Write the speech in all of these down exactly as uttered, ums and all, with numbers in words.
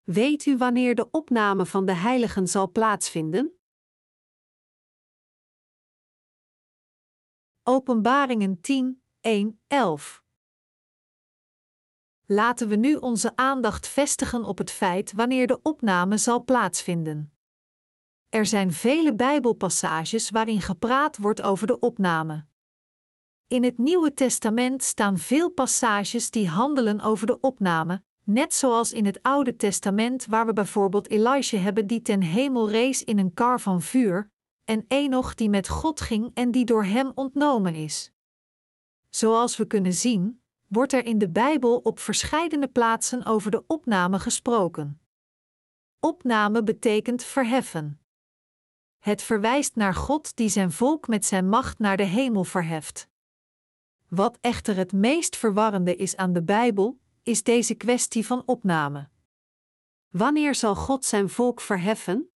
Weet u wanneer de opname van de heiligen zal plaatsvinden? Openbaringen tien, één, elf. Laten we nu onze aandacht vestigen op het feit wanneer de opname zal plaatsvinden. Er zijn vele Bijbelpassages waarin gepraat wordt over de opname. In het Nieuwe Testament staan veel passages die handelen over de opname, net zoals in het Oude Testament waar we bijvoorbeeld Elisha hebben die ten hemel rees in een kar van vuur, en Enoch die met God ging en die door hem ontnomen is. Zoals we kunnen zien, wordt er in de Bijbel op verscheidene plaatsen over de opname gesproken. Opname betekent verheffen. Het verwijst naar God die zijn volk met zijn macht naar de hemel verheft. Wat echter het meest verwarrende is aan de Bijbel, is deze kwestie van opname. Wanneer zal God zijn volk verheffen?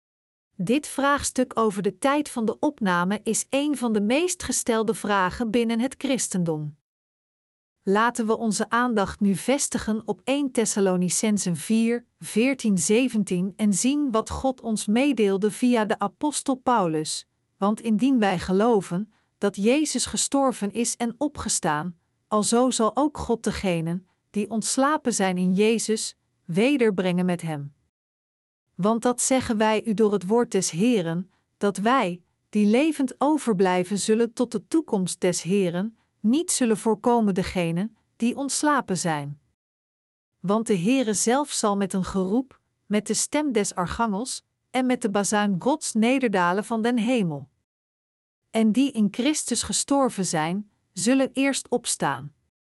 Dit vraagstuk over de tijd van de opname is een van de meest gestelde vragen binnen het christendom. Laten we onze aandacht nu vestigen op eerste Thessalonicenzen vier, veertien, zeventien en zien wat God ons meedeelde via de apostel Paulus, want indien wij geloven dat Jezus gestorven is en opgestaan, alzo zal ook God degenen, die ontslapen zijn in Jezus, wederbrengen met hem. Want dat zeggen wij u door het woord des Heeren, dat wij, die levend overblijven zullen tot de toekomst des Heeren, niet zullen voorkomen degenen, die ontslapen zijn. Want de Heere zelf zal met een geroep, met de stem des archangels, en met de bazuin Gods nederdalen van den hemel. En die in Christus gestorven zijn, zullen eerst opstaan.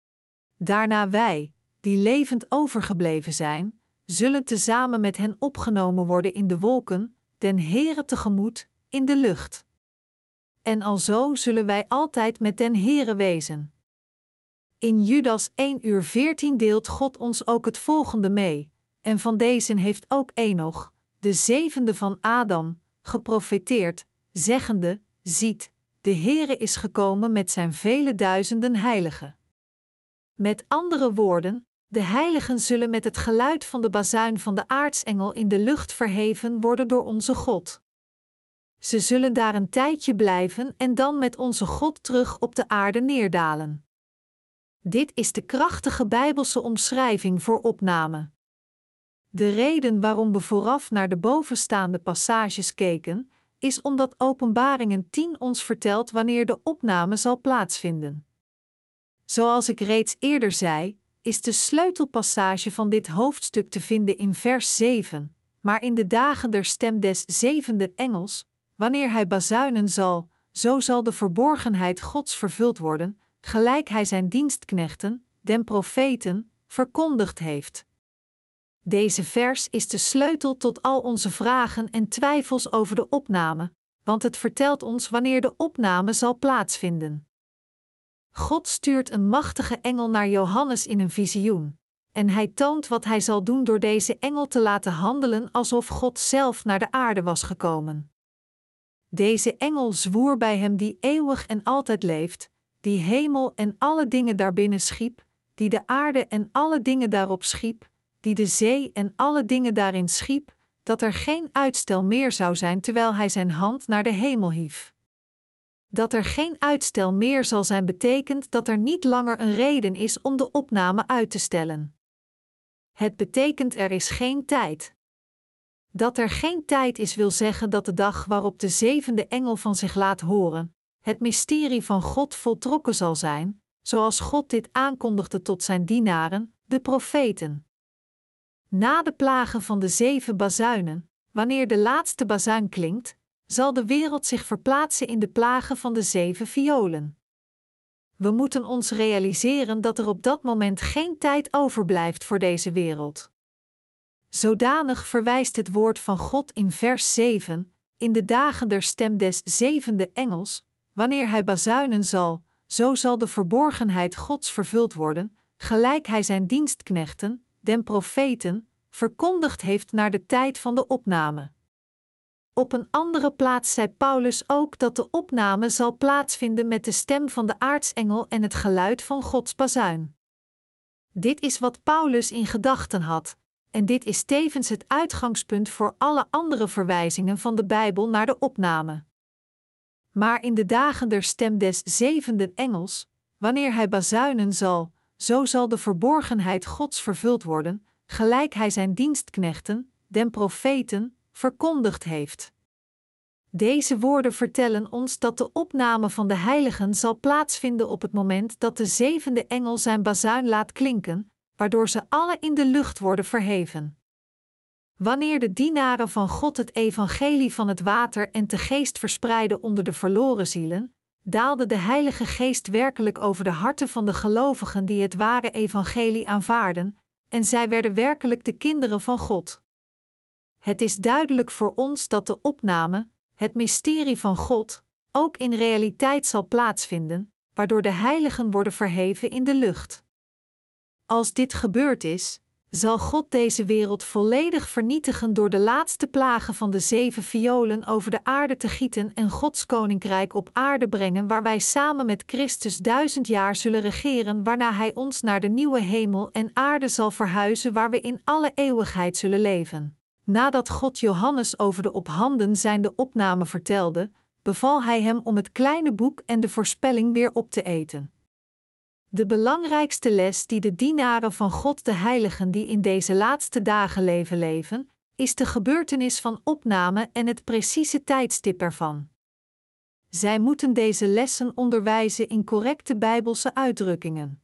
Daarna wij, die levend overgebleven zijn, zullen tezamen met hen opgenomen worden in de wolken, den Heere tegemoet, in de lucht. En alzo zullen wij altijd met den Heere wezen. In Judas één uur veertien deelt God ons ook het volgende mee, en van deze heeft ook Enoch, de zevende van Adam, geprofeteerd, zeggende, ziet, de Heere is gekomen met zijn vele duizenden heiligen. Met andere woorden, de heiligen zullen met het geluid van de bazuin van de aartsengel in de lucht verheven worden door onze God. Ze zullen daar een tijdje blijven en dan met onze God terug op de aarde neerdalen. Dit is de krachtige Bijbelse omschrijving voor opname. De reden waarom we vooraf naar de bovenstaande passages keken, is omdat Openbaringen tien ons vertelt wanneer de opname zal plaatsvinden. Zoals ik reeds eerder zei, is de sleutelpassage van dit hoofdstuk te vinden in vers zeven, maar in de dagen der stem des zevende engels, wanneer hij bazuinen zal, zo zal de verborgenheid Gods vervuld worden, gelijk hij zijn dienstknechten, den profeten, verkondigd heeft. Deze vers is de sleutel tot al onze vragen en twijfels over de opname, want het vertelt ons wanneer de opname zal plaatsvinden. God stuurt een machtige engel naar Johannes in een visioen, en hij toont wat hij zal doen door deze engel te laten handelen alsof God zelf naar de aarde was gekomen. Deze engel zwoer bij hem die eeuwig en altijd leeft, die hemel en alle dingen daarbinnen schiep, die de aarde en alle dingen daarop schiep, die de zee en alle dingen daarin schiep, dat er geen uitstel meer zou zijn terwijl hij zijn hand naar de hemel hief. Dat er geen uitstel meer zal zijn betekent dat er niet langer een reden is om de opname uit te stellen. Het betekent er is geen tijd. Dat er geen tijd is wil zeggen dat de dag waarop de zevende engel van zich laat horen, het mysterie van God voltrokken zal zijn, zoals God dit aankondigde tot zijn dienaren, de profeten. Na de plagen van de zeven bazuinen, wanneer de laatste bazuin klinkt, zal de wereld zich verplaatsen in de plagen van de zeven violen. We moeten ons realiseren dat er op dat moment geen tijd overblijft voor deze wereld. Zodanig verwijst het woord van God in vers zeven, in de dagen der stem des zevende engels, wanneer hij bazuinen zal, zo zal de verborgenheid Gods vervuld worden, gelijk hij zijn dienstknechten, den profeten, verkondigd heeft naar de tijd van de opname. Op een andere plaats zei Paulus ook dat de opname zal plaatsvinden met de stem van de aartsengel en het geluid van Gods bazuin. Dit is wat Paulus in gedachten had, en dit is tevens het uitgangspunt voor alle andere verwijzingen van de Bijbel naar de opname. Maar in de dagen der stem des zevende engels, wanneer hij bazuinen zal, zo zal de verborgenheid Gods vervuld worden, gelijk hij zijn dienstknechten, den profeten, verkondigd heeft. Deze woorden vertellen ons dat de opname van de heiligen zal plaatsvinden op het moment dat de zevende engel zijn bazuin laat klinken, waardoor ze alle in de lucht worden verheven. Wanneer de dienaren van God het evangelie van het water en de geest verspreidden onder de verloren zielen, daalde de Heilige Geest werkelijk over de harten van de gelovigen die het ware evangelie aanvaarden, en zij werden werkelijk de kinderen van God. Het is duidelijk voor ons dat de opname, het mysterie van God, ook in realiteit zal plaatsvinden, waardoor de heiligen worden verheven in de lucht. Als dit gebeurd is, zal God deze wereld volledig vernietigen door de laatste plagen van de zeven violen over de aarde te gieten en Gods koninkrijk op aarde brengen, waar wij samen met Christus duizend jaar zullen regeren, waarna Hij ons naar de nieuwe hemel en aarde zal verhuizen, waar we in alle eeuwigheid zullen leven. Nadat God Johannes over de op handen zijnde opname vertelde, beval Hij hem om het kleine boek en de voorspelling weer op te eten. De belangrijkste les die de dienaren van God, de heiligen die in deze laatste dagen leven leven, is de gebeurtenis van opname en het precieze tijdstip ervan. Zij moeten deze lessen onderwijzen in correcte Bijbelse uitdrukkingen.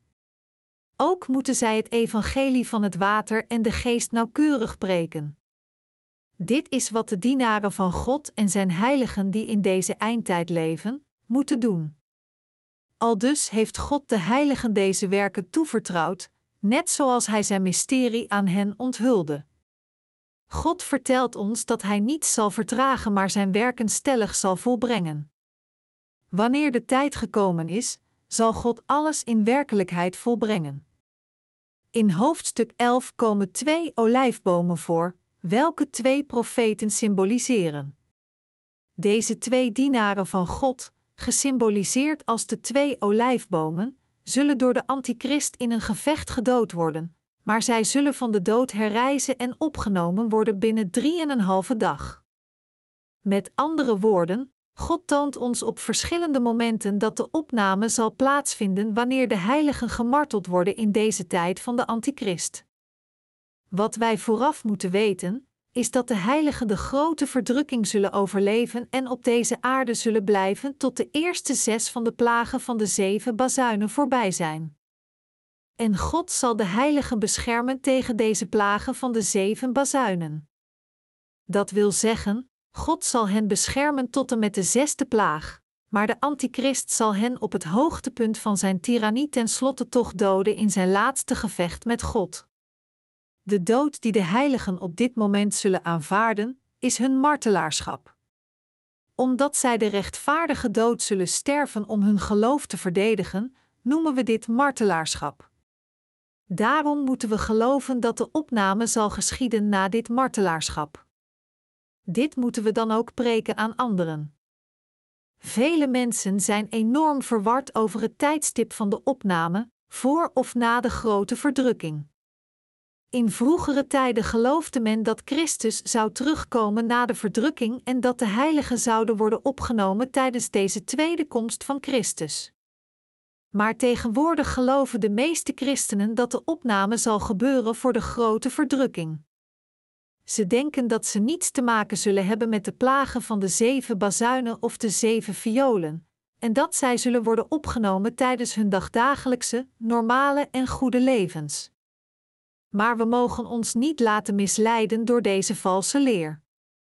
Ook moeten zij het evangelie van het water en de geest nauwkeurig preken. Dit is wat de dienaren van God en zijn heiligen die in deze eindtijd leven, moeten doen. Aldus heeft God de heiligen deze werken toevertrouwd, net zoals Hij zijn mysterie aan hen onthulde. God vertelt ons dat Hij niets zal vertragen, maar zijn werken stellig zal volbrengen. Wanneer de tijd gekomen is, zal God alles in werkelijkheid volbrengen. In hoofdstuk elf komen twee olijfbomen voor, welke twee profeten symboliseren. Deze twee dienaren van God, gesymboliseerd als de twee olijfbomen, zullen door de antichrist in een gevecht gedood worden, maar zij zullen van de dood herrijzen en opgenomen worden binnen drie en een halve dag. Met andere woorden, God toont ons op verschillende momenten dat de opname zal plaatsvinden wanneer de heiligen gemarteld worden in deze tijd van de antichrist. Wat wij vooraf moeten weten, is dat de heiligen de grote verdrukking zullen overleven en op deze aarde zullen blijven tot de eerste zes van de plagen van de zeven bazuinen voorbij zijn. En God zal de heiligen beschermen tegen deze plagen van de zeven bazuinen. Dat wil zeggen, God zal hen beschermen tot en met de zesde plaag, maar de antichrist zal hen op het hoogtepunt van zijn tirannie tenslotte toch doden in zijn laatste gevecht met God. De dood die de heiligen op dit moment zullen aanvaarden, is hun martelaarschap. Omdat zij de rechtvaardige dood zullen sterven om hun geloof te verdedigen, noemen we dit martelaarschap. Daarom moeten we geloven dat de opname zal geschieden na dit martelaarschap. Dit moeten we dan ook preken aan anderen. Vele mensen zijn enorm verward over het tijdstip van de opname, voor of na de grote verdrukking. In vroegere tijden geloofde men dat Christus zou terugkomen na de verdrukking en dat de heiligen zouden worden opgenomen tijdens deze tweede komst van Christus. Maar tegenwoordig geloven de meeste christenen dat de opname zal gebeuren voor de grote verdrukking. Ze denken dat ze niets te maken zullen hebben met de plagen van de zeven bazuinen of de zeven violen, en dat zij zullen worden opgenomen tijdens hun dagdagelijkse, normale en goede levens. Maar we mogen ons niet laten misleiden door deze valse leer.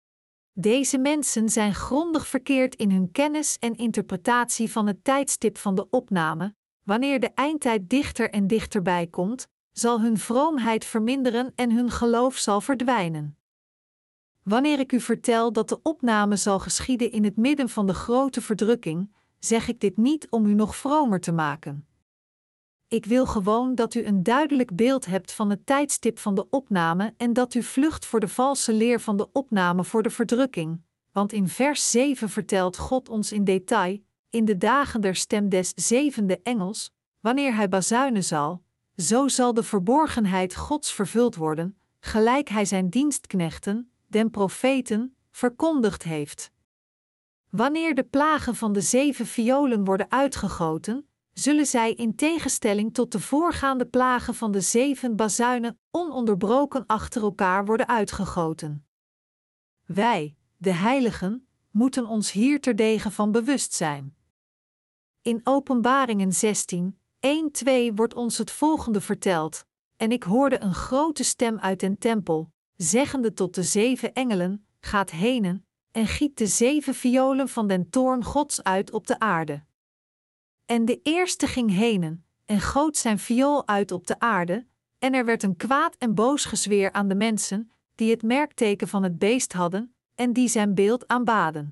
Deze mensen zijn grondig verkeerd in hun kennis en interpretatie van het tijdstip van de opname. Wanneer de eindtijd dichter en dichterbij komt, zal hun vroomheid verminderen en hun geloof zal verdwijnen. Wanneer ik u vertel dat de opname zal geschieden in het midden van de grote verdrukking, zeg ik dit niet om u nog vromer te maken. Ik wil gewoon dat u een duidelijk beeld hebt van het tijdstip van de opname en dat u vlucht voor de valse leer van de opname voor de verdrukking, want in vers zeven vertelt God ons in detail, in de dagen der stem des zevende engels, wanneer hij bazuinen zal, zo zal de verborgenheid Gods vervuld worden, gelijk hij zijn dienstknechten, den profeten, verkondigd heeft. Wanneer de plagen van de zeven violen worden uitgegoten, zullen zij in tegenstelling tot de voorgaande plagen van de zeven bazuinen ononderbroken achter elkaar worden uitgegoten. Wij, de heiligen, moeten ons hier terdege van bewust zijn. In Openbaringen zestien, één twee wordt ons het volgende verteld: en ik hoorde een grote stem uit den tempel, zeggende tot de zeven engelen: gaat henen, en giet de zeven violen van den toorn Gods uit op de aarde. En de eerste ging henen, en goot zijn viool uit op de aarde, en er werd een kwaad en boos gezweer aan de mensen, die het merkteken van het beest hadden, en die zijn beeld aanbaden.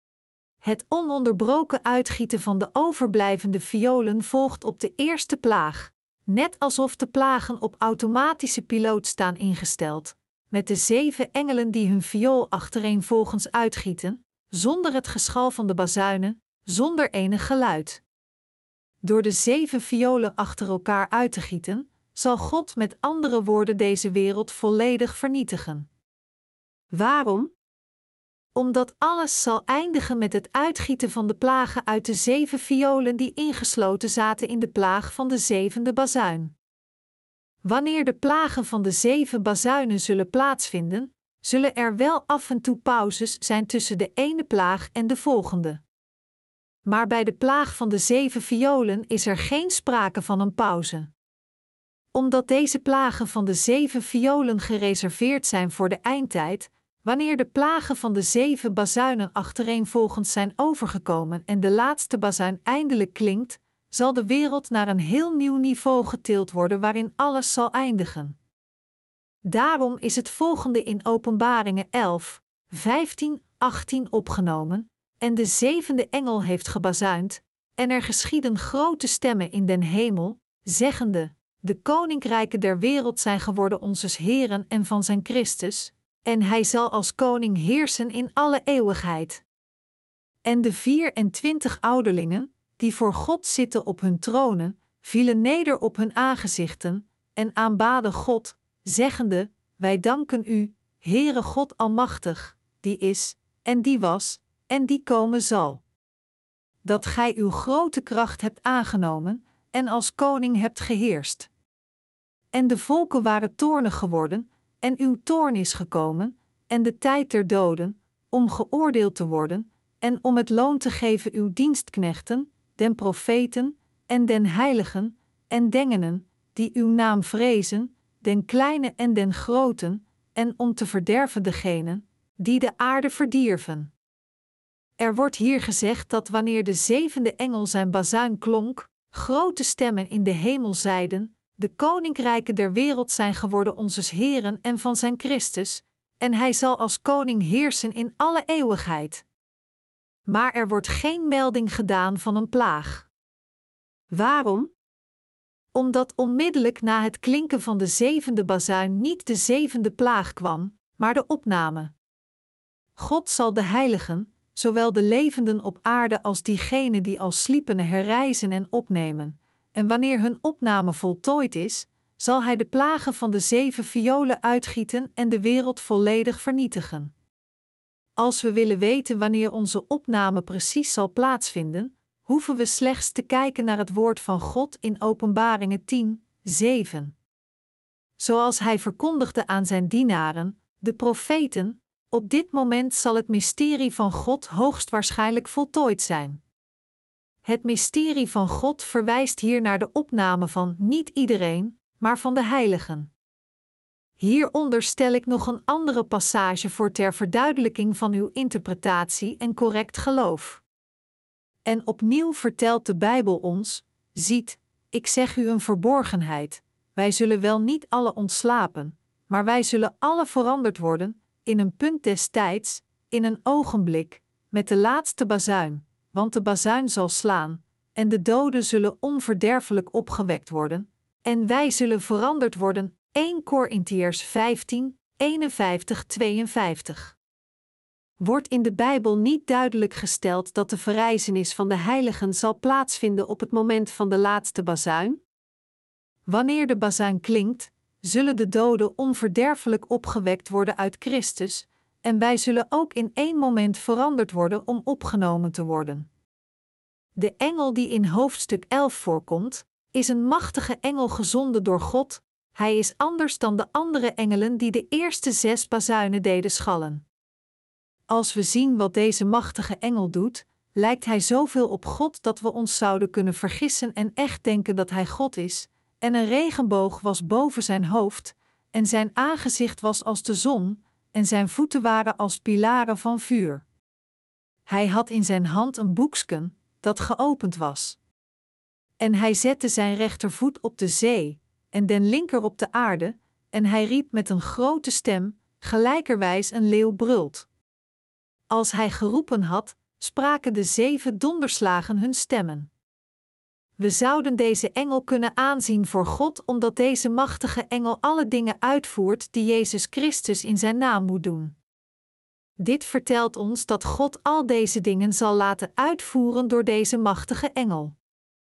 Het ononderbroken uitgieten van de overblijvende violen volgt op de eerste plaag, net alsof de plagen op automatische piloot staan ingesteld, met de zeven engelen die hun viool achtereenvolgens uitgieten, zonder het geschal van de bazuinen, zonder enig geluid. Door de zeven violen achter elkaar uit te gieten, zal God met andere woorden deze wereld volledig vernietigen. Waarom? Omdat alles zal eindigen met het uitgieten van de plagen uit de zeven violen die ingesloten zaten in de plaag van de zevende bazuin. Wanneer de plagen van de zeven bazuinen zullen plaatsvinden, zullen er wel af en toe pauzes zijn tussen de ene plaag en de volgende. Maar bij de plaag van de zeven violen is er geen sprake van een pauze. Omdat deze plagen van de zeven violen gereserveerd zijn voor de eindtijd, wanneer de plagen van de zeven bazuinen achtereenvolgens zijn overgekomen en de laatste bazuin eindelijk klinkt, zal de wereld naar een heel nieuw niveau getild worden waarin alles zal eindigen. Daarom is het volgende in Openbaringen elf, vijftien, achttien opgenomen: en de zevende engel heeft gebazuind, en er geschieden grote stemmen in den hemel, zeggende: de koninkrijken der wereld zijn geworden onzes Heeren en van zijn Christus, en hij zal als koning heersen in alle eeuwigheid. En de vier en twintig ouderlingen, die voor God zitten op hun tronen, vielen neder op hun aangezichten, en aanbaden God, zeggende: wij danken u, Heere God Almachtig, die is, en die was, en die komen zal. Dat gij uw grote kracht hebt aangenomen, en als koning hebt geheerst. En de volken waren toornig geworden, en uw toorn is gekomen, en de tijd der doden, om geoordeeld te worden, en om het loon te geven uw dienstknechten, den profeten, en den heiligen, en dengenen, die uw naam vrezen, den kleine en den groten, en om te verderven degenen, die de aarde verdierven. Er wordt hier gezegd dat wanneer de zevende engel zijn bazuin klonk, grote stemmen in de hemel zeiden: de koninkrijken der wereld zijn geworden onzes Heeren en van zijn Christus, en hij zal als koning heersen in alle eeuwigheid. Maar er wordt geen melding gedaan van een plaag. Waarom? Omdat onmiddellijk na het klinken van de zevende bazuin niet de zevende plaag kwam, maar de opname. God zal de heiligen, zowel de levenden op aarde als diegenen die al sliepen, herrijzen en opnemen, en wanneer hun opname voltooid is, zal hij de plagen van de zeven violen uitgieten en de wereld volledig vernietigen. Als we willen weten wanneer onze opname precies zal plaatsvinden, hoeven we slechts te kijken naar het woord van God in Openbaringen tien, zeven. Zoals hij verkondigde aan zijn dienaren, de profeten: op dit moment zal het mysterie van God hoogstwaarschijnlijk voltooid zijn. Het mysterie van God verwijst hier naar de opname van niet iedereen, maar van de heiligen. Hieronder stel ik nog een andere passage voor ter verduidelijking van uw interpretatie en correct geloof. En opnieuw vertelt de Bijbel ons: ziet, ik zeg u een verborgenheid, wij zullen wel niet alle ontslapen, maar wij zullen alle veranderd worden, in een punt des tijds, in een ogenblik, met de laatste bazuin, want de bazuin zal slaan, en de doden zullen onverderfelijk opgewekt worden, en wij zullen veranderd worden. eerste Korintiërs vijftien, eenenvijftig, tweeënvijftig. Wordt in de Bijbel niet duidelijk gesteld dat de verrijzenis van de heiligen zal plaatsvinden op het moment van de laatste bazuin? Wanneer de bazuin klinkt, zullen de doden onverderfelijk opgewekt worden uit Christus, en wij zullen ook in één moment veranderd worden om opgenomen te worden. De engel die in hoofdstuk elf voorkomt, is een machtige engel gezonden door God. Hij is anders dan de andere engelen die de eerste zes bazuinen deden schallen. Als we zien wat deze machtige engel doet, lijkt hij zoveel op God dat we ons zouden kunnen vergissen en echt denken dat hij God is, en een regenboog was boven zijn hoofd, en zijn aangezicht was als de zon, en zijn voeten waren als pilaren van vuur. Hij had in zijn hand een boeksken, dat geopend was. En hij zette zijn rechtervoet op de zee, en den linker op de aarde, en hij riep met een grote stem, gelijkerwijs een leeuw brult. Als hij geroepen had, spraken de zeven donderslagen hun stemmen. We zouden deze engel kunnen aanzien voor God, omdat deze machtige engel alle dingen uitvoert die Jezus Christus in zijn naam moet doen. Dit vertelt ons dat God al deze dingen zal laten uitvoeren door deze machtige engel.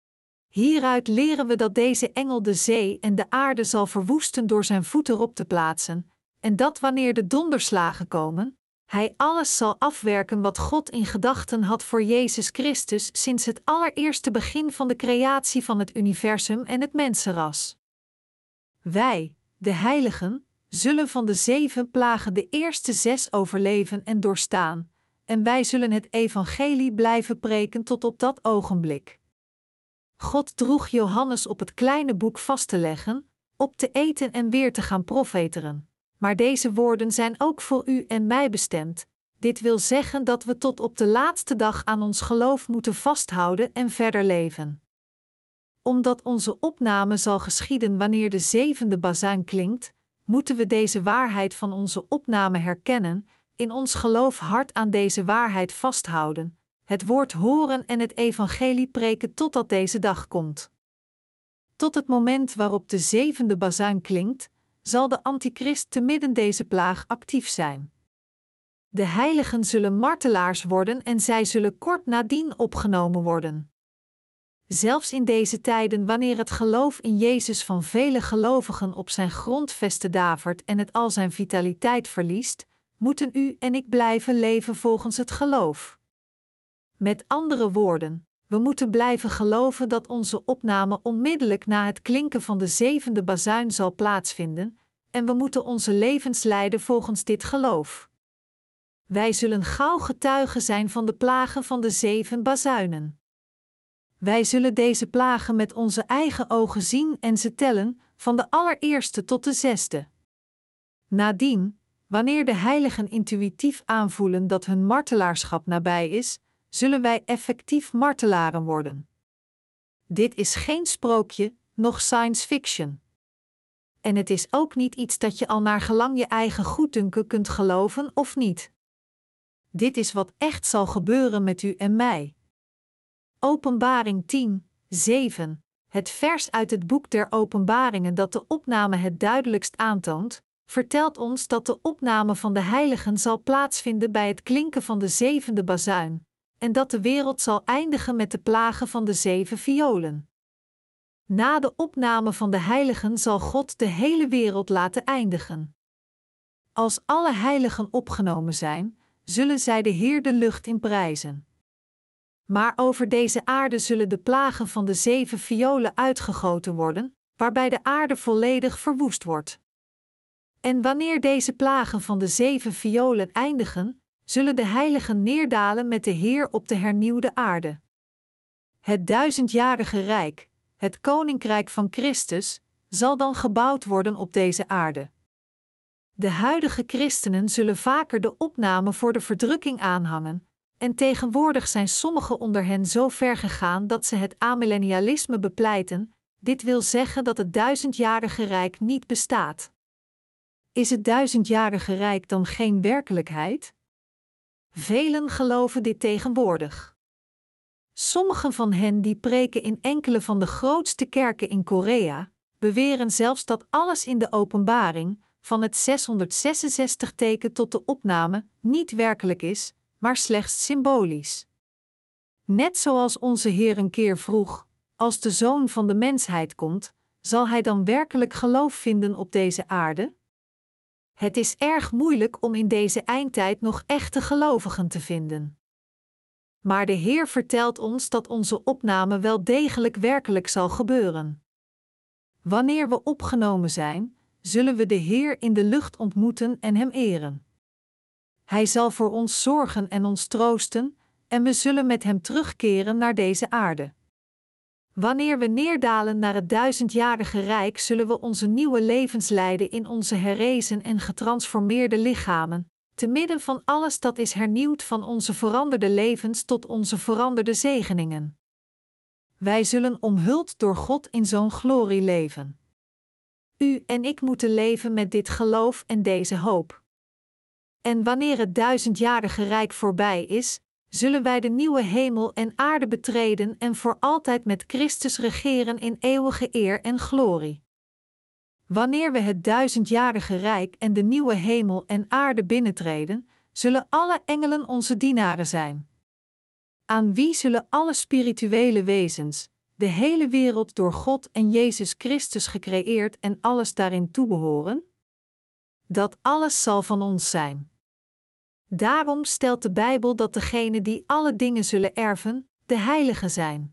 Hieruit leren we dat deze engel de zee en de aarde zal verwoesten door zijn voet erop te plaatsen, en dat wanneer de donderslagen komen, hij alles zal afwerken wat God in gedachten had voor Jezus Christus sinds het allereerste begin van de creatie van het universum en het mensenras. Wij, de heiligen, zullen van de zeven plagen de eerste zes overleven en doorstaan, en wij zullen het evangelie blijven preken tot op dat ogenblik. God droeg Johannes op het kleine boek vast te leggen, op te eten en weer te gaan profeteren. Maar deze woorden zijn ook voor u en mij bestemd. Dit wil zeggen dat we tot op de laatste dag aan ons geloof moeten vasthouden en verder leven. Omdat onze opname zal geschieden wanneer de zevende bazuin klinkt, moeten we deze waarheid van onze opname herkennen, in ons geloof hard aan deze waarheid vasthouden, het woord horen en het evangelie preken totdat deze dag komt. Tot het moment waarop de zevende bazuin klinkt, zal de antichrist te midden deze plaag actief zijn. De heiligen zullen martelaars worden en zij zullen kort nadien opgenomen worden. Zelfs in deze tijden, wanneer het geloof in Jezus van vele gelovigen op zijn grondvesten davert en het al zijn vitaliteit verliest, moeten u en ik blijven leven volgens het geloof. Met andere woorden, we moeten blijven geloven dat onze opname onmiddellijk na het klinken van de zevende bazuin zal plaatsvinden, en we moeten onze levens leiden volgens dit geloof. Wij zullen gauw getuigen zijn van de plagen van de zeven bazuinen. Wij zullen deze plagen met onze eigen ogen zien en ze tellen, van de allereerste tot de zesde. Nadien, wanneer de heiligen intuïtief aanvoelen dat hun martelaarschap nabij is, zullen wij effectief martelaren worden. Dit is geen sprookje, noch science fiction. En het is ook niet iets dat je al naar gelang je eigen goeddunken kunt geloven of niet. Dit is wat echt zal gebeuren met u en mij. Openbaring tien, zeven, het vers uit het boek der Openbaringen dat de opname het duidelijkst aantoont, vertelt ons dat de opname van de heiligen zal plaatsvinden bij het klinken van de zevende bazuin, en dat de wereld zal eindigen met de plagen van de zeven violen. Na de opname van de heiligen zal God de hele wereld laten eindigen. Als alle heiligen opgenomen zijn, zullen zij de Heer de lucht in prijzen. Maar over deze aarde zullen de plagen van de zeven violen uitgegoten worden, waarbij de aarde volledig verwoest wordt. En wanneer deze plagen van de zeven violen eindigen, zullen de heiligen neerdalen met de Heer op de hernieuwde aarde. Het duizendjarige rijk, het koninkrijk van Christus, zal dan gebouwd worden op deze aarde. De huidige christenen zullen vaker de opname voor de verdrukking aanhangen, en tegenwoordig zijn sommigen onder hen zo ver gegaan dat ze het amillennialisme bepleiten, dit wil zeggen dat het duizendjarige rijk niet bestaat. Is het duizendjarige rijk dan geen werkelijkheid? Velen geloven dit tegenwoordig. Sommigen van hen die preken in enkele van de grootste kerken in Korea, beweren zelfs dat alles in de openbaring, van het zeshonderdzesenzestig teken tot de opname, niet werkelijk is, maar slechts symbolisch. Net zoals onze Heer een keer vroeg, als de Zoon van de mensheid komt, zal hij dan werkelijk geloof vinden op deze aarde? Het is erg moeilijk om in deze eindtijd nog echte gelovigen te vinden. Maar de Heer vertelt ons dat onze opname wel degelijk werkelijk zal gebeuren. Wanneer we opgenomen zijn, zullen we de Heer in de lucht ontmoeten en Hem eren. Hij zal voor ons zorgen en ons troosten, en we zullen met Hem terugkeren naar deze aarde. Wanneer we neerdalen naar het duizendjarige rijk, zullen we onze nieuwe levens leiden in onze herrezen en getransformeerde lichamen, te midden van alles dat is hernieuwd, van onze veranderde levens tot onze veranderde zegeningen. Wij zullen omhuld door God in zo'n glorie leven. U en ik moeten leven met dit geloof en deze hoop. En wanneer het duizendjarige rijk voorbij is, zullen wij de nieuwe hemel en aarde betreden en voor altijd met Christus regeren in eeuwige eer en glorie. Wanneer we het duizendjarige rijk en de nieuwe hemel en aarde binnentreden, zullen alle engelen onze dienaren zijn. Aan wie zullen alle spirituele wezens, de hele wereld door God en Jezus Christus gecreëerd en alles daarin toebehoren? Dat alles zal van ons zijn. Daarom stelt de Bijbel dat degenen die alle dingen zullen erven, de heiligen zijn.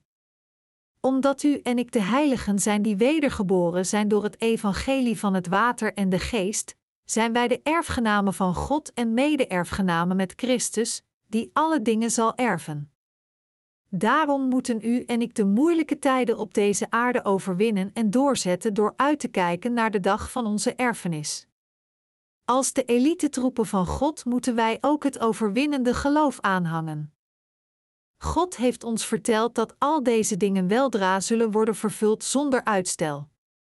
Omdat u en ik de heiligen zijn die wedergeboren zijn door het evangelie van het water en de geest, zijn wij de erfgenamen van God en mede-erfgenamen met Christus, die alle dingen zal erven. Daarom moeten u en ik de moeilijke tijden op deze aarde overwinnen en doorzetten door uit te kijken naar de dag van onze erfenis. Als de elitetroepen van God moeten wij ook het overwinnende geloof aanhangen. God heeft ons verteld dat al deze dingen weldra zullen worden vervuld zonder uitstel.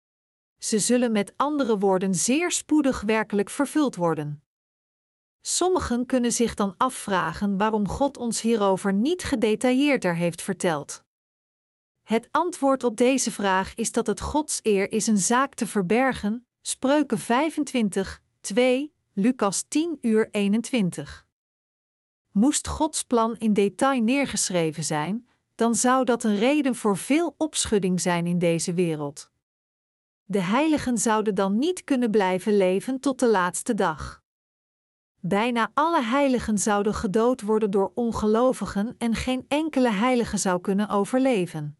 Ze zullen met andere woorden zeer spoedig werkelijk vervuld worden. Sommigen kunnen zich dan afvragen waarom God ons hierover niet gedetailleerder heeft verteld. Het antwoord op deze vraag is dat het Gods eer is een zaak te verbergen, Spreuken vijfentwintig, twee, Lucas tien uur eenentwintig. Moest Gods plan in detail neergeschreven zijn, dan zou dat een reden voor veel opschudding zijn in deze wereld. De heiligen zouden dan niet kunnen blijven leven tot de laatste dag. Bijna alle heiligen zouden gedood worden door ongelovigen en geen enkele heilige zou kunnen overleven.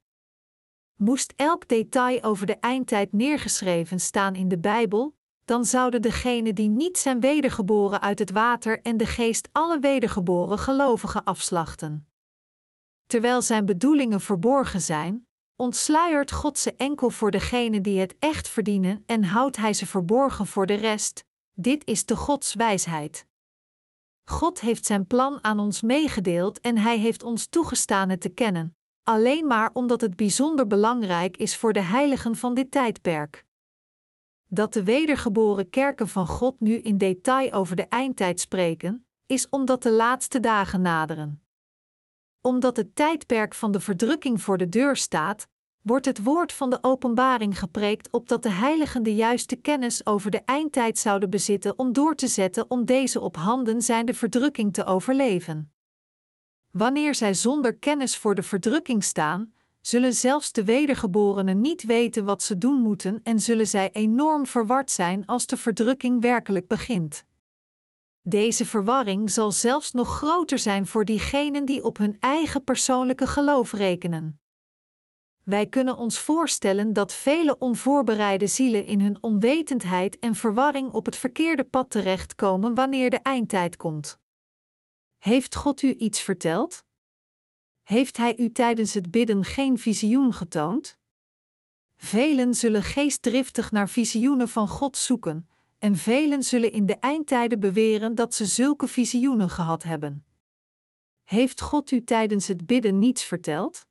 Moest elk detail over de eindtijd neergeschreven staan in de Bijbel, dan zouden degenen die niet zijn wedergeboren uit het water en de geest alle wedergeboren gelovigen afslachten. Terwijl zijn bedoelingen verborgen zijn, ontsluiert God ze enkel voor degenen die het echt verdienen en houdt hij ze verborgen voor de rest. Dit is de Gods wijsheid. God heeft zijn plan aan ons meegedeeld en hij heeft ons toegestaan het te kennen, alleen maar omdat het bijzonder belangrijk is voor de heiligen van dit tijdperk. Dat de wedergeboren kerken van God nu in detail over de eindtijd spreken, is omdat de laatste dagen naderen. Omdat het tijdperk van de verdrukking voor de deur staat, wordt het woord van de openbaring gepreekt opdat de heiligen de juiste kennis over de eindtijd zouden bezitten om door te zetten om deze op handen zijnde verdrukking te overleven. Wanneer zij zonder kennis voor de verdrukking staan, zullen zelfs de wedergeborenen niet weten wat ze doen moeten en zullen zij enorm verward zijn als de verdrukking werkelijk begint. Deze verwarring zal zelfs nog groter zijn voor diegenen die op hun eigen persoonlijke geloof rekenen. Wij kunnen ons voorstellen dat vele onvoorbereide zielen in hun onwetendheid en verwarring op het verkeerde pad terechtkomen wanneer de eindtijd komt. Heeft God u iets verteld? Heeft Hij u tijdens het bidden geen visioen getoond? Velen zullen geestdriftig naar visioenen van God zoeken, en velen zullen in de eindtijden beweren dat ze zulke visioenen gehad hebben. Heeft God u tijdens het bidden niets verteld?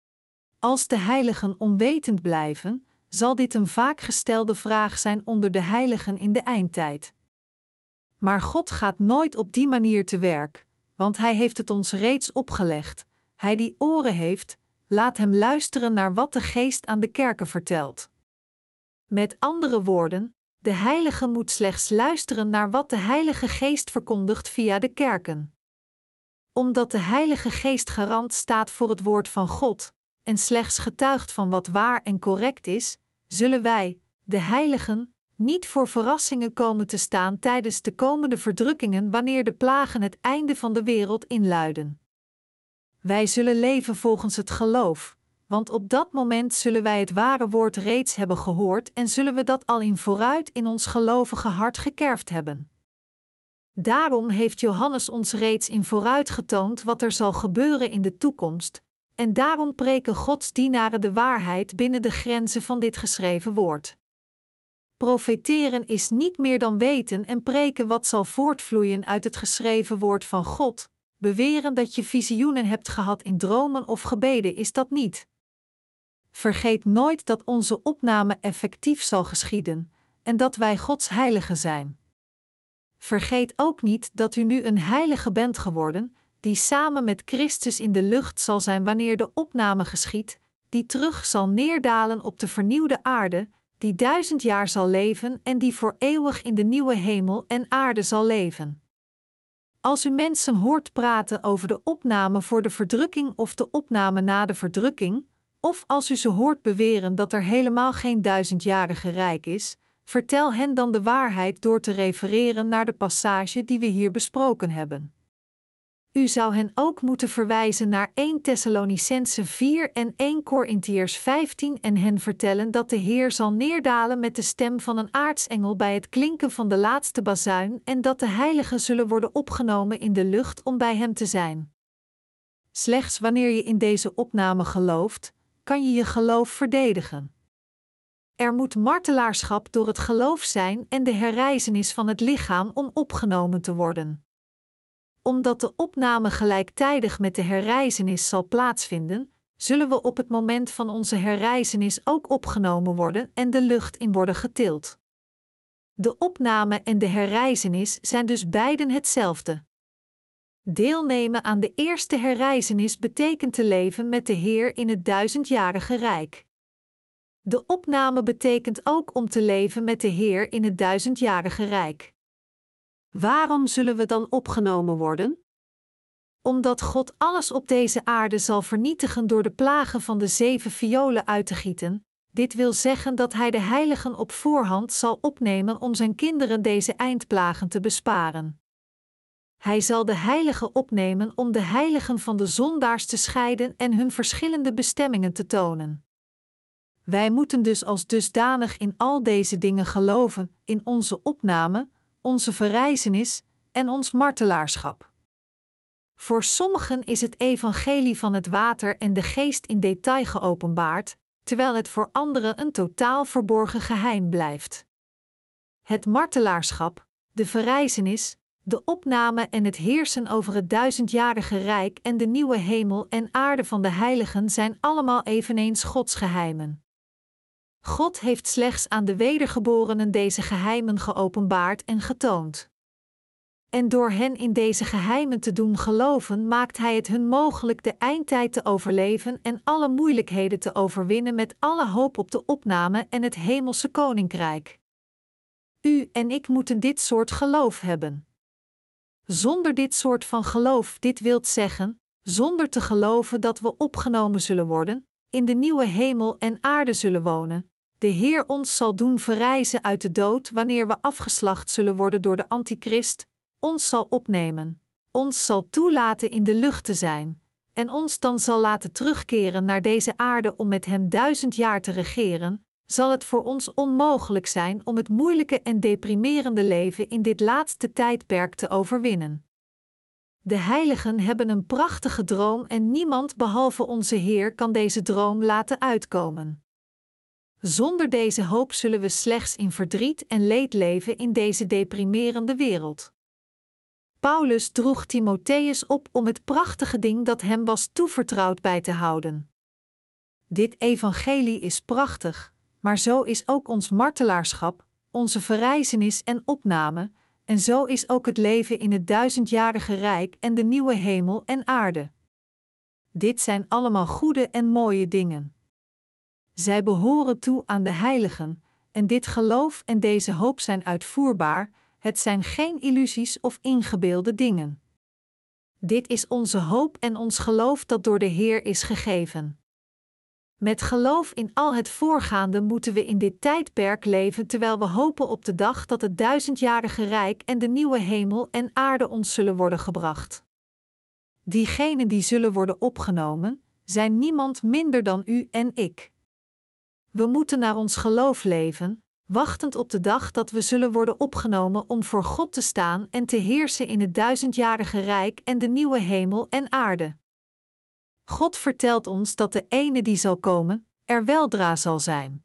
Als de heiligen onwetend blijven, zal dit een vaak gestelde vraag zijn onder de heiligen in de eindtijd. Maar God gaat nooit op die manier te werk, want Hij heeft het ons reeds opgelegd. Hij die oren heeft, laat hem luisteren naar wat de Geest aan de kerken vertelt. Met andere woorden, de heilige moet slechts luisteren naar wat de Heilige Geest verkondigt via de kerken. Omdat de Heilige Geest garant staat voor het woord van God, en slechts getuigt van wat waar en correct is, zullen wij, de heiligen, niet voor verrassingen komen te staan tijdens de komende verdrukkingen wanneer de plagen het einde van de wereld inluiden. Wij zullen leven volgens het geloof, want op dat moment zullen wij het ware woord reeds hebben gehoord en zullen we dat al in vooruit in ons gelovige hart gekerfd hebben. Daarom heeft Johannes ons reeds in vooruit getoond wat er zal gebeuren in de toekomst, en daarom preken Gods dienaren de waarheid binnen de grenzen van dit geschreven woord. Profeteren is niet meer dan weten en preken wat zal voortvloeien uit het geschreven woord van God. Beweren dat je visioenen hebt gehad in dromen of gebeden is dat niet. Vergeet nooit dat onze opname effectief zal geschieden en dat wij Gods heiligen zijn. Vergeet ook niet dat u nu een heilige bent geworden, die samen met Christus in de lucht zal zijn wanneer de opname geschiedt, die terug zal neerdalen op de vernieuwde aarde, die duizend jaar zal leven en die voor eeuwig in de nieuwe hemel en aarde zal leven. Als u mensen hoort praten over de opname voor de verdrukking of de opname na de verdrukking, of als u ze hoort beweren dat er helemaal geen duizendjarige rijk is, vertel hen dan de waarheid door te refereren naar de passage die we hier besproken hebben. U zou hen ook moeten verwijzen naar Eerste Thessalonicenzen vier en Eerste Korintiërs vijftien en hen vertellen dat de Heer zal neerdalen met de stem van een aartsengel bij het klinken van de laatste bazuin en dat de heiligen zullen worden opgenomen in de lucht om bij hem te zijn. Slechts wanneer je in deze opname gelooft, kan je je geloof verdedigen. Er moet martelaarschap door het geloof zijn en de herrijzenis van het lichaam om opgenomen te worden. Omdat de opname gelijktijdig met de herrijzenis zal plaatsvinden, zullen we op het moment van onze herrijzenis ook opgenomen worden en de lucht in worden getild. De opname en de herrijzenis zijn dus beiden hetzelfde. Deelnemen aan de eerste herrijzenis betekent te leven met de Heer in het duizendjarige rijk. De opname betekent ook om te leven met de Heer in het duizendjarige rijk. Waarom zullen we dan opgenomen worden? Omdat God alles op deze aarde zal vernietigen door de plagen van de zeven violen uit te gieten. Dit wil zeggen dat Hij de heiligen op voorhand zal opnemen om zijn kinderen deze eindplagen te besparen. Hij zal de heiligen opnemen om de heiligen van de zondaars te scheiden en hun verschillende bestemmingen te tonen. Wij moeten dus als dusdanig in al deze dingen geloven, in onze opname, onze verrijzenis en ons martelaarschap. Voor sommigen is het evangelie van het water en de geest in detail geopenbaard, terwijl het voor anderen een totaal verborgen geheim blijft. Het martelaarschap, de verrijzenis, de opname en het heersen over het duizendjarige rijk en de nieuwe hemel en aarde van de heiligen zijn allemaal eveneens Gods geheimen. God heeft slechts aan de wedergeborenen deze geheimen geopenbaard en getoond. En door hen in deze geheimen te doen geloven, maakt Hij het hun mogelijk de eindtijd te overleven en alle moeilijkheden te overwinnen met alle hoop op de opname en het hemelse koninkrijk. U en ik moeten dit soort geloof hebben. Zonder dit soort van geloof, dit wil zeggen, zonder te geloven dat we opgenomen zullen worden, in de nieuwe hemel en aarde zullen wonen, de Heer ons zal doen verrijzen uit de dood wanneer we afgeslacht zullen worden door de Antichrist, ons zal opnemen, ons zal toelaten in de lucht te zijn, en ons dan zal laten terugkeren naar deze aarde om met hem duizend jaar te regeren, zal het voor ons onmogelijk zijn om het moeilijke en deprimerende leven in dit laatste tijdperk te overwinnen. De heiligen hebben een prachtige droom en niemand behalve onze Heer kan deze droom laten uitkomen. Zonder deze hoop zullen we slechts in verdriet en leed leven in deze deprimerende wereld. Paulus droeg Timotheus op om het prachtige ding dat hem was toevertrouwd bij te houden. Dit evangelie is prachtig, maar zo is ook ons martelaarschap, onze verrijzenis en opname, en zo is ook het leven in het duizendjarige rijk en de nieuwe hemel en aarde. Dit zijn allemaal goede en mooie dingen. Zij behoren toe aan de heiligen, en dit geloof en deze hoop zijn uitvoerbaar, het zijn geen illusies of ingebeelde dingen. Dit is onze hoop en ons geloof dat door de Heer is gegeven. Met geloof in al het voorgaande moeten we in dit tijdperk leven terwijl we hopen op de dag dat het duizendjarige rijk en de nieuwe hemel en aarde ons zullen worden gebracht. Diegenen die zullen worden opgenomen, zijn niemand minder dan u en ik. We moeten naar ons geloof leven, wachtend op de dag dat we zullen worden opgenomen om voor God te staan en te heersen in het duizendjarige rijk en de nieuwe hemel en aarde. God vertelt ons dat de ene die zal komen, er weldra zal zijn.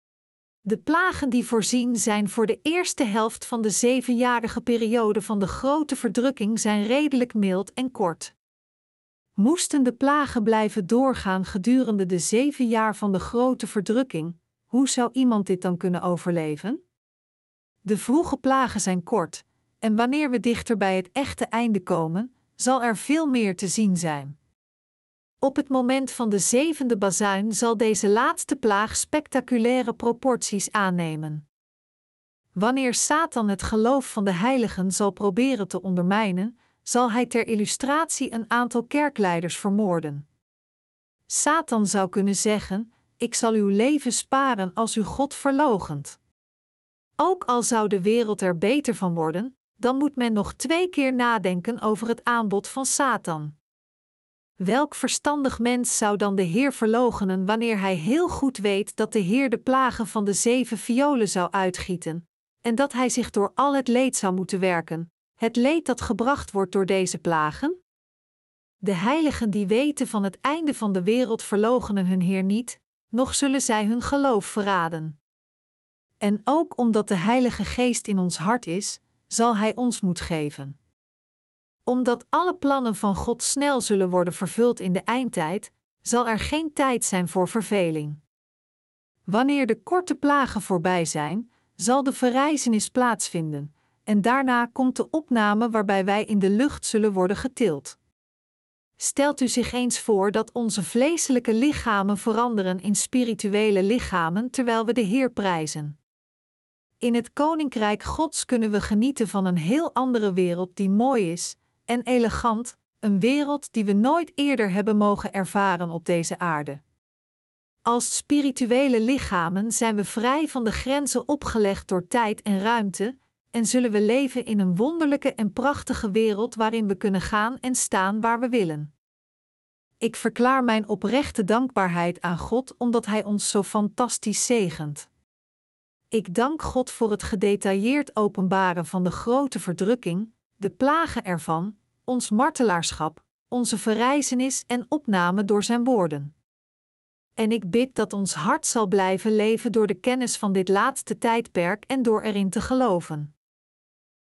De plagen die voorzien zijn voor de eerste helft van de zevenjarige periode van de grote verdrukking zijn redelijk mild en kort. Moesten de plagen blijven doorgaan gedurende de zeven jaar van de grote verdrukking, hoe zou iemand dit dan kunnen overleven? De vroege plagen zijn kort, en wanneer we dichter bij het echte einde komen, zal er veel meer te zien zijn. Op het moment van de zevende bazuin zal deze laatste plaag spectaculaire proporties aannemen. Wanneer Satan het geloof van de heiligen zal proberen te ondermijnen, zal hij ter illustratie een aantal kerkleiders vermoorden. Satan zou kunnen zeggen: ik zal uw leven sparen als u God verloochent. Ook al zou de wereld er beter van worden, dan moet men nog twee keer nadenken over het aanbod van Satan. Welk verstandig mens zou dan de Heer verloochenen wanneer hij heel goed weet dat de Heer de plagen van de zeven violen zou uitgieten, en dat hij zich door al het leed zou moeten werken, het leed dat gebracht wordt door deze plagen? De heiligen die weten van het einde van de wereld verloochenen hun Heer niet, noch zullen zij hun geloof verraden. En ook omdat de Heilige Geest in ons hart is, zal Hij ons moed geven. Omdat alle plannen van God snel zullen worden vervuld in de eindtijd, zal er geen tijd zijn voor verveling. Wanneer de korte plagen voorbij zijn, zal de verrijzenis plaatsvinden, en daarna komt de opname waarbij wij in de lucht zullen worden getild. Stelt u zich eens voor dat onze vleeselijke lichamen veranderen in spirituele lichamen terwijl we de Heer prijzen. In het Koninkrijk Gods kunnen we genieten van een heel andere wereld die mooi is en elegant, een wereld die we nooit eerder hebben mogen ervaren op deze aarde. Als spirituele lichamen zijn we vrij van de grenzen opgelegd door tijd en ruimte, en zullen we leven in een wonderlijke en prachtige wereld waarin we kunnen gaan en staan waar we willen. Ik verklaar mijn oprechte dankbaarheid aan God omdat Hij ons zo fantastisch zegent. Ik dank God voor het gedetailleerd openbaren van de grote verdrukking, de plagen ervan, ons martelaarschap, onze verrijzenis en opname door zijn woorden. En ik bid dat ons hart zal blijven leven door de kennis van dit laatste tijdperk en door erin te geloven.